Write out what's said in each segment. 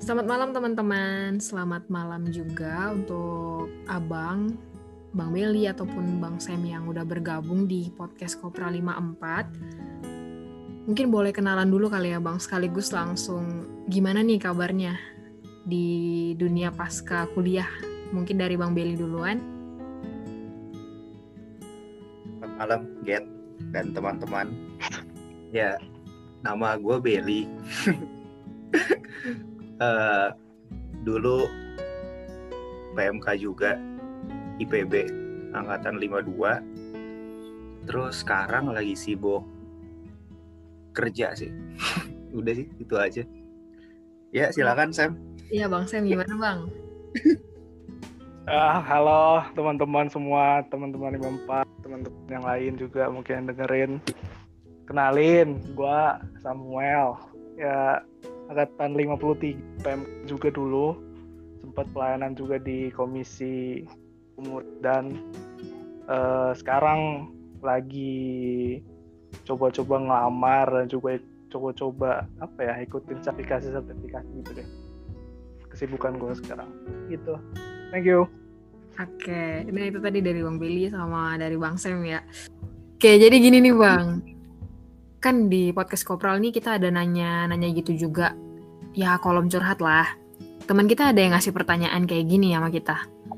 Selamat malam teman-teman, selamat malam juga untuk Abang, Bang Beli ataupun Bang Sam yang udah bergabung di podcast Kopra 54. Mungkin boleh kenalan dulu kali ya Bang, sekaligus langsung gimana nih kabarnya di dunia pasca kuliah. Mungkin dari Bang Beli duluan. Selamat malam Get dan teman-teman. Ya, nama gue Beli. Dulu PMK juga, IPB angkatan 52. Terus sekarang lagi sibuk kerja sih. Udah sih, itu aja. Ya, silakan Sam. Iya Bang Sam, gimana Bang? Halo teman-teman semua, teman-teman 54, teman-teman yang lain juga mungkin yang dengerin. Kenalin, gue Samuel. Ya, angkatan 53 PM juga dulu. Sempat pelayanan juga di komisi umur dan sekarang lagi coba-coba ngelamar dan juga coba-coba ikutin sertifikasi gitu deh. Kesibukan gue sekarang gitu. Thank you. Oke, nah itu tadi dari Bang Beli sama dari Bang Sam ya. Oke, jadi gini nih Bang. Kan di podcast Kopral nih kita ada nanya gitu juga. Ya kolom curhat lah. Teman kita ada yang ngasih pertanyaan kayak gini sama kita.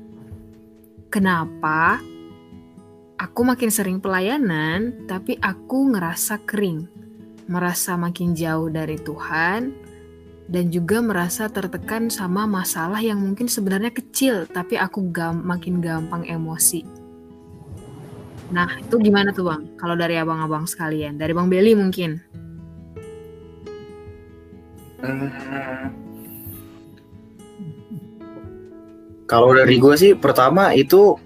Kenapa aku makin sering pelayanan tapi aku ngerasa kering? Merasa makin jauh dari Tuhan dan juga merasa tertekan sama masalah yang mungkin sebenarnya kecil tapi aku makin gampang emosi. Nah, itu gimana tuh Bang? Kalau dari abang-abang sekalian, dari Bang Beli mungkin. Kalau dari gue sih, pertama itu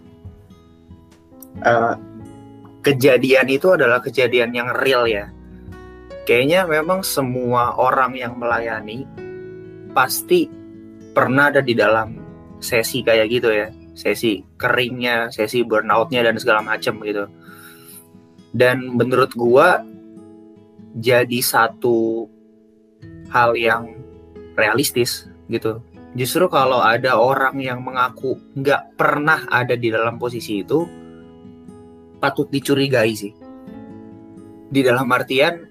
kejadian itu adalah kejadian yang real ya. Kayaknya memang semua orang yang melayani pasti pernah ada di dalam sesi kayak gitu ya. Sesi keringnya, sesi burnoutnya dan segala macam gitu. Dan menurut gua jadi satu hal yang realistis gitu. Justru kalau ada orang yang mengaku nggak pernah ada di dalam posisi itu, patut dicurigai sih. Di dalam artian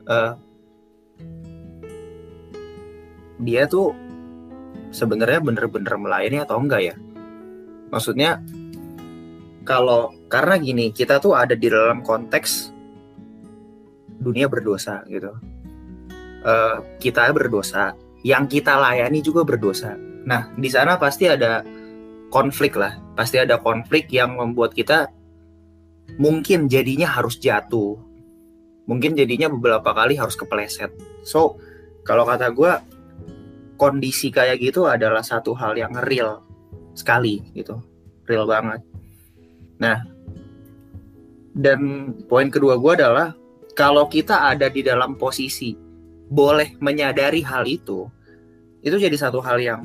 dia tuh sebenarnya bener-bener melayani atau enggak ya? Maksudnya karena gini, kita tuh ada di dalam konteks dunia berdosa gitu. Kita berdosa, yang kita layani juga berdosa. Nah, di sana pasti ada konflik lah, pasti ada konflik yang membuat kita mungkin jadinya harus jatuh, mungkin jadinya beberapa kali harus kepeleset. So, kalau kata gue, kondisi kayak gitu adalah satu hal yang real sekali gitu, real banget. Nah, dan poin kedua gue adalah kalau kita ada di dalam posisi boleh menyadari hal itu jadi satu hal yang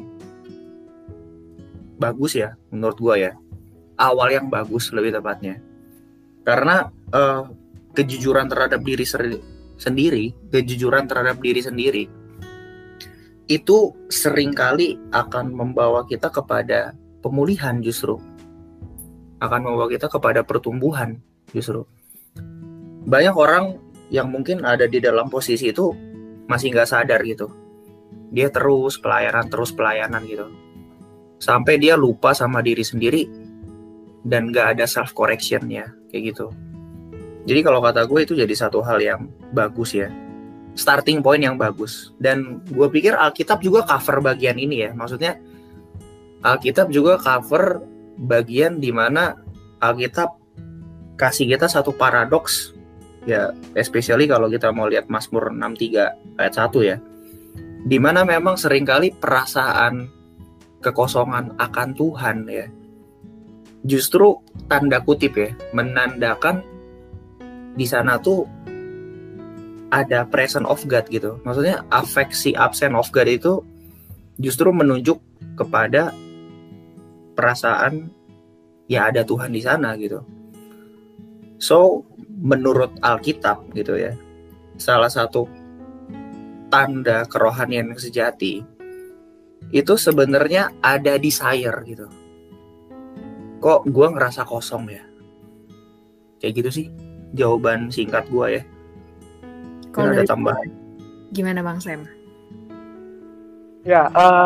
bagus ya menurut gue ya, awal yang bagus lebih tepatnya, karena kejujuran terhadap diri sendiri, kejujuran terhadap diri sendiri itu seringkali akan membawa kita kepada pemulihan, justru akan membawa kita kepada pertumbuhan. Justru banyak orang yang mungkin ada di dalam posisi itu masih nggak sadar gitu, dia terus pelayanan gitu, sampai dia lupa sama diri sendiri dan nggak ada self correctionnya kayak gitu. Jadi kalau kata gue itu jadi satu hal yang bagus ya, starting point yang bagus. Dan gue pikir Alkitab juga cover bagian ini ya. Maksudnya Alkitab juga cover bagian dimana Alkitab kasih kita satu paradoks ya, especially kalau kita mau lihat Mazmur 63 ayat 1 ya, dimana memang seringkali perasaan kekosongan akan Tuhan ya, justru tanda kutip ya, menandakan di sana tuh ada presence of God gitu. Maksudnya afeksi absent of God itu justru menunjuk kepada perasaan ya ada Tuhan di sana gitu. So menurut Alkitab gitu ya, salah satu tanda kerohanian yang sejati itu sebenarnya ada desire gitu. Kok gue ngerasa kosong ya? Kayak gitu sih jawaban singkat gue ya. Kalau Ada dari tambahan. gimana Bang Sam? Ya,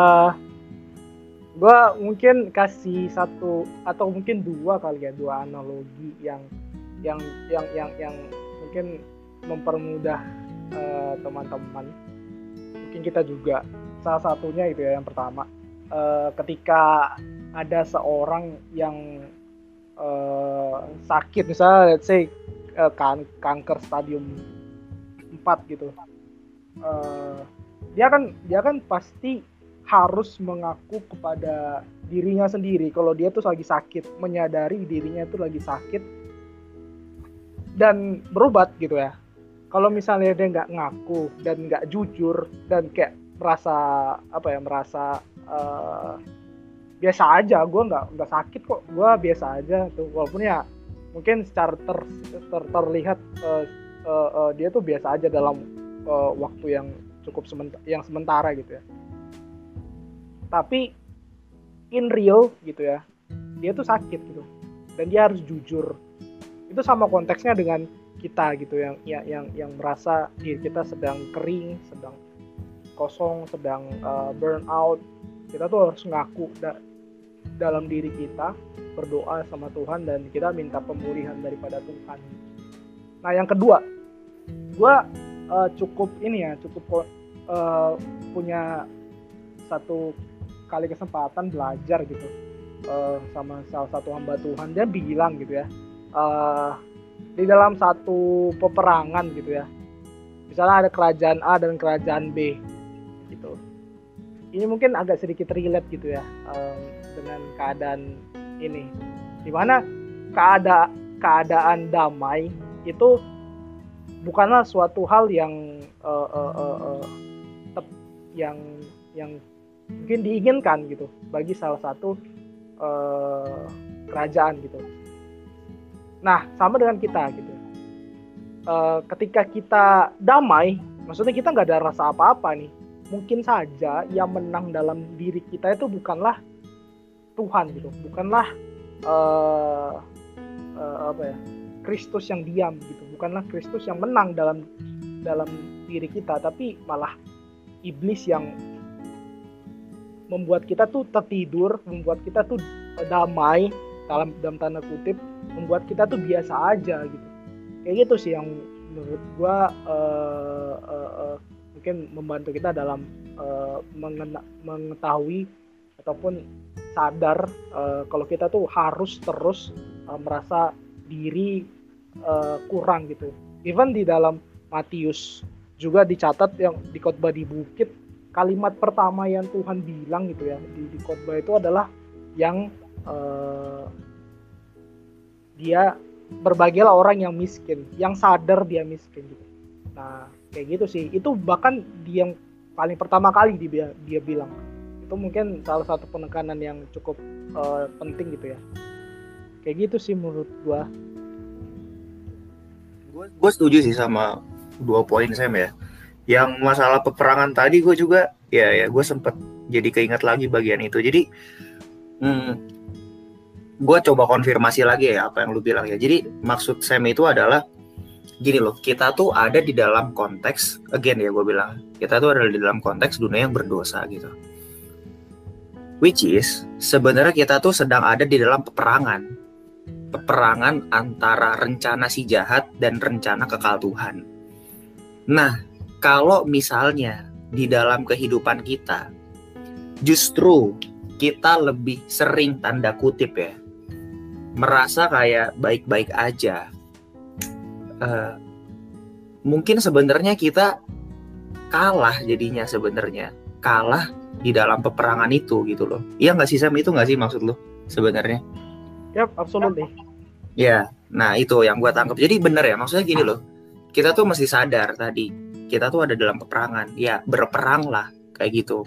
gue mungkin kasih satu atau mungkin dua kali ya, dua analogi yang mungkin mempermudah teman-teman, mungkin kita juga. Salah satunya itu ya, yang pertama, ketika ada seorang yang sakit, misalnya let's say kanker stadium 4 gitu, dia kan pasti harus mengaku kepada dirinya sendiri kalau dia tuh lagi sakit, menyadari dirinya itu lagi sakit dan berobat gitu ya. Kalau misalnya dia nggak ngaku dan nggak jujur dan kayak merasa biasa aja, gue nggak sakit kok, gue biasa aja tuh, walaupun ya mungkin secara terlihat dia tuh biasa aja dalam waktu yang cukup sementara gitu ya. Tapi in real gitu ya, dia tuh sakit gitu dan dia harus jujur. Itu sama konteksnya dengan kita gitu, yang merasa diri kita sedang kering, sedang kosong, sedang burn out. Kita tuh harus ngaku dalam diri kita, berdoa sama Tuhan dan kita minta pemulihan daripada Tuhan. Nah yang kedua, gue cukup punya satu kali kesempatan belajar gitu sama salah satu hamba Tuhan. Dia bilang gitu ya, di dalam satu peperangan gitu ya, misalnya ada kerajaan A dan kerajaan B gitu. Ini mungkin agak sedikit relate gitu ya dengan keadaan ini, dimana keadaan damai itu bukanlah suatu hal yang mungkin diinginkan gitu bagi salah satu kerajaan gitu. Nah sama dengan kita gitu, ketika kita damai, maksudnya kita nggak ada rasa apa-apa nih, mungkin saja yang menang dalam diri kita itu bukanlah Tuhan gitu, bukanlah Kristus yang diam gitu, bukanlah Kristus yang menang dalam diri kita, tapi malah iblis yang membuat kita tuh tertidur, membuat kita tuh damai dalam tanda kutip, membuat kita tuh biasa aja gitu. Kayak gitu sih yang menurut gua mungkin membantu kita dalam mengetahui ataupun sadar kalau kita tuh harus terus merasa diri kurang gitu. Even di dalam Matius juga dicatat yang di khotbah di bukit, kalimat pertama yang Tuhan bilang gitu ya di khotbah itu adalah yang dia berbahagialah orang yang miskin, yang sadar dia miskin gitu. Nah kayak gitu sih, itu bahkan dia yang paling pertama kali dia bilang. Itu mungkin salah satu penekanan yang cukup penting gitu ya. Kayak gitu sih menurut gua. Gue setuju sih sama 2 poin Sam ya. Yang masalah peperangan tadi gue juga ya gue sempet jadi keinget lagi bagian itu. Jadi gue coba konfirmasi lagi ya apa yang lu bilang ya. Jadi maksud Sam itu adalah gini loh, kita tuh ada di dalam konteks, again ya gue bilang, kita tuh ada di dalam konteks dunia yang berdosa gitu. Which is sebenarnya kita tuh sedang ada di dalam peperangan antara rencana si jahat dan rencana kekal Tuhan. Nah, kalau misalnya di dalam kehidupan kita justru kita lebih sering tanda kutip ya merasa kayak baik-baik aja, mungkin sebenarnya kita kalah jadinya, sebenarnya kalah di dalam peperangan itu gitu loh. Iya nggak sih Sam, itu nggak sih maksud lo sebenarnya? Yap, absolutely. Ya, nah itu yang gue tangkap. Jadi bener ya, maksudnya gini loh, kita tuh mesti sadar tadi, kita tuh ada dalam peperangan. Ya berperang lah kayak gitu.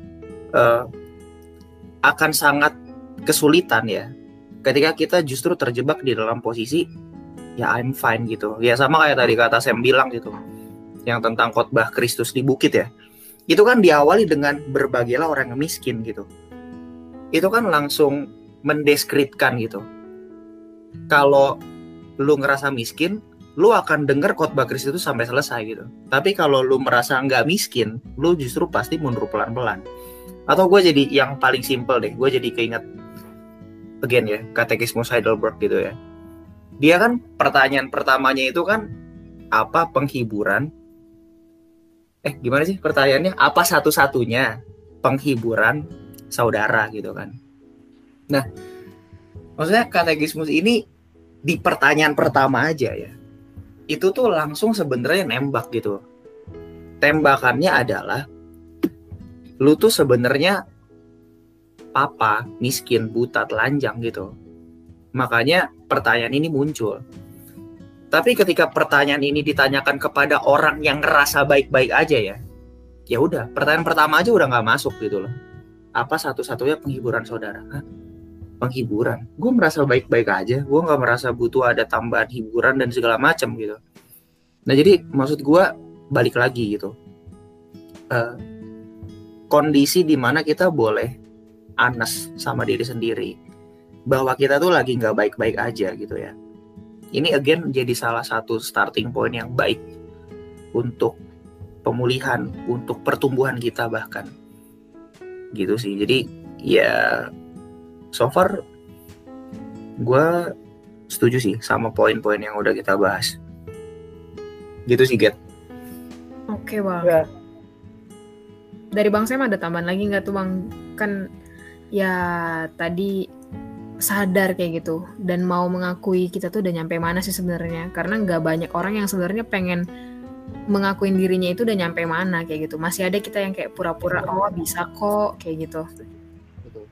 Akan sangat kesulitan ya ketika kita justru terjebak di dalam posisi ya I'm fine gitu. Ya sama kayak tadi kata Sam bilang gitu, yang tentang khotbah Kristus di bukit ya. itu kan diawali dengan berbagailah orang yang miskin gitu. Itu kan langsung mendeskripsikan gitu. Kalau lu ngerasa miskin, lu akan denger khotbah Kristus itu sampai selesai gitu. Tapi kalau lu merasa nggak miskin, lu justru pasti mundur pelan-pelan. Atau gue jadi yang paling simple deh, gue jadi keinget again ya, Katekismus Heidelberg gitu ya. Dia kan pertanyaan pertamanya itu kan apa penghiburan? Gimana sih pertanyaannya? Apa satu-satunya penghiburan saudara gitu kan? Nah, maksudnya Katekismus ini di pertanyaan pertama aja ya, itu tuh langsung sebenarnya nembak gitu. Tembakannya adalah lu tuh sebenarnya papa, miskin, buta, telanjang gitu. Makanya pertanyaan ini muncul. Tapi ketika pertanyaan ini ditanyakan kepada orang yang ngerasa baik-baik aja ya udah, pertanyaan pertama aja udah nggak masuk gitu loh. Apa satu-satunya penghiburan saudara? Hah? Penghiburan? Gue merasa baik-baik aja, gue nggak merasa butuh ada tambahan hiburan dan segala macam gitu. Nah jadi maksud gue balik lagi gitu, kondisi dimana kita boleh honest sama diri sendiri bahwa kita tuh lagi nggak baik-baik aja gitu ya. Ini again jadi salah satu starting point yang baik untuk pemulihan, untuk pertumbuhan kita bahkan gitu sih. Jadi ya so far gue setuju sih sama poin-poin yang udah kita bahas gitu sih, Get. Oke Bang. Ya. Dari Bang Sam ada tambahan lagi nggak tuh Bang? Kan ya tadi sadar kayak gitu dan mau mengakui kita tuh udah nyampe mana sih sebenarnya, karena nggak banyak orang yang sebenarnya pengen mengakuin dirinya itu udah nyampe mana kayak gitu. Masih ada kita yang kayak pura-pura oh bisa kok kayak gitu. Betul.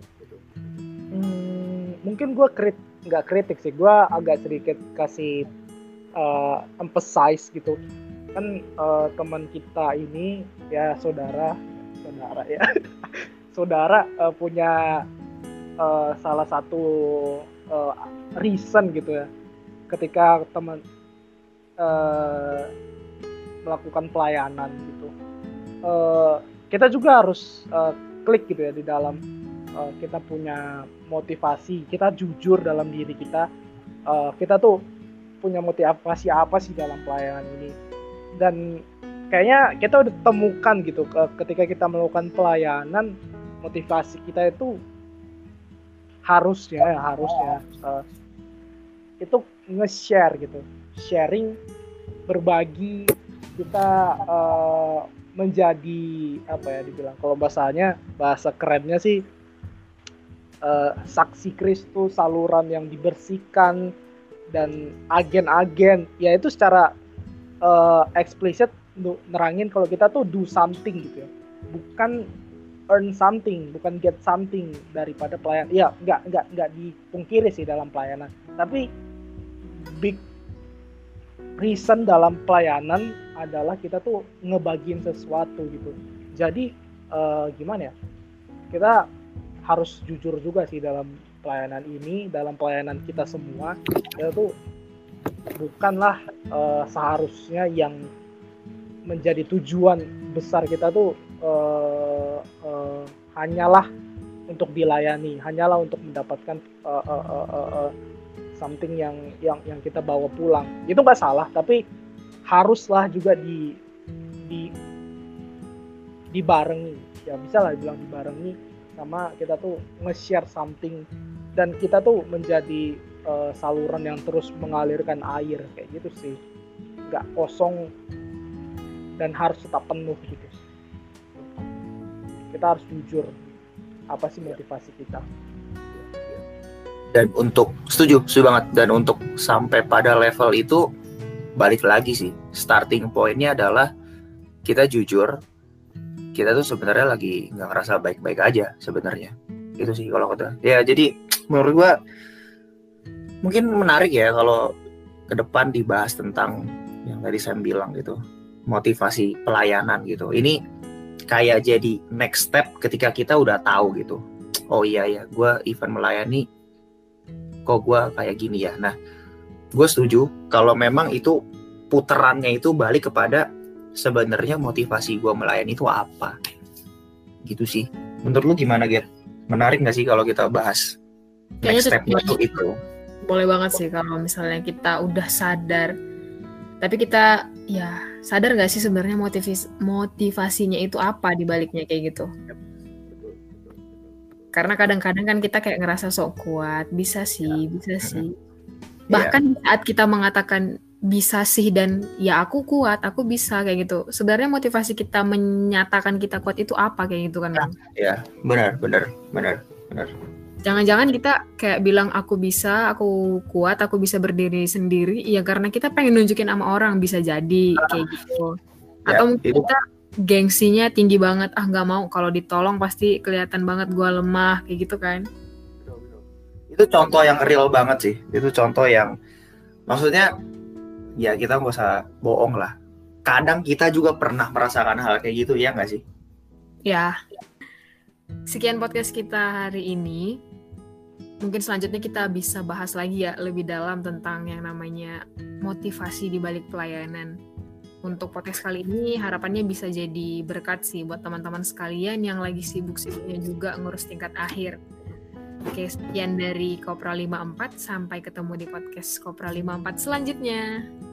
Mungkin gue nggak kritik sih, gue agak sedikit kasih emphasize gitu kan. Teman kita ini ya saudara ya saudara punya salah satu reason gitu ya, ketika teman melakukan pelayanan gitu. Kita juga harus klik gitu ya di dalam kita punya motivasi, kita jujur dalam diri kita, kita tuh punya motivasi apa sih dalam pelayanan ini. Dan kayaknya kita udah temukan gitu ketika kita melakukan pelayanan, motivasi kita itu harusnya itu nge-share gitu, sharing, berbagi. Kita menjadi apa ya dibilang, kalau bahasa kerennya sih saksi Kristus, saluran yang dibersihkan dan agen-agen, yaitu secara eksplisit nerangin kalau kita tuh do something gitu ya, bukan earn something, bukan get something daripada pelayanan. Ya nggak dipungkiri sih dalam pelayanan, tapi big reason dalam pelayanan adalah kita tuh ngebagiin sesuatu gitu. Jadi gimana ya, kita harus jujur juga sih dalam pelayanan ini, dalam pelayanan kita semua. Kita tuh bukanlah seharusnya yang menjadi tujuan besar kita tuh hanyalah untuk dilayani, hanyalah untuk mendapatkan something yang kita bawa pulang. Itu nggak salah, tapi haruslah juga dibarengi, ya bisa lah dibilang dibarengi sama kita tuh nge-share something, dan kita tuh menjadi saluran yang terus mengalirkan air kayak gitu sih, nggak kosong dan harus tetap penuh gitu. Kita harus jujur apa sih motivasi kita. Dan untuk setuju banget, dan untuk sampai pada level itu balik lagi sih, starting pointnya adalah kita jujur, kita tuh sebenarnya lagi nggak ngerasa baik-baik aja sebenarnya. Itu sih kalau kata ya. Jadi menurut gua mungkin menarik ya kalau ke depan dibahas tentang yang tadi saya bilang gitu, motivasi pelayanan gitu. Ini kayak jadi next step ketika kita udah tahu gitu, oh iya ya, gue event melayani kok gue kayak gini ya. Nah, gue setuju kalau memang itu puterannya itu balik kepada sebenarnya motivasi gue melayani itu apa. Gitu sih. Menurut lu gimana, Get? Menarik nggak sih kalau kita bahas next step-nya itu? Boleh banget sih kalau misalnya kita udah sadar. Tapi kita ya sadar nggak sih sebenarnya motivasinya itu apa di baliknya kayak gitu. Karena kadang-kadang kan kita kayak ngerasa sok kuat, bisa sih. Bahkan saat kita mengatakan bisa sih dan ya aku kuat, aku bisa kayak gitu. Sebenarnya motivasi kita menyatakan kita kuat itu apa kayak gitu kan, Bang? Ya, benar. Jangan-jangan kita kayak bilang aku bisa, aku kuat, aku bisa berdiri sendiri, ya karena kita pengen nunjukin sama orang, bisa jadi kayak gitu. Atau mungkin kita gengsinya tinggi banget, nggak mau kalau ditolong pasti kelihatan banget gue lemah kayak gitu kan. Itu contoh yang real banget sih. Itu contoh yang maksudnya ya kita nggak usah bohong lah. Kadang kita juga pernah merasakan hal kayak gitu, ya nggak sih? Ya. Sekian podcast kita hari ini. Mungkin selanjutnya kita bisa bahas lagi ya lebih dalam tentang yang namanya motivasi di balik pelayanan. Untuk podcast kali ini harapannya bisa jadi berkat sih buat teman-teman sekalian yang lagi sibuk-sibuknya juga ngurus tingkat akhir. Oke, sekian dari Kopra 54. Sampai ketemu di podcast Kopra 54 selanjutnya.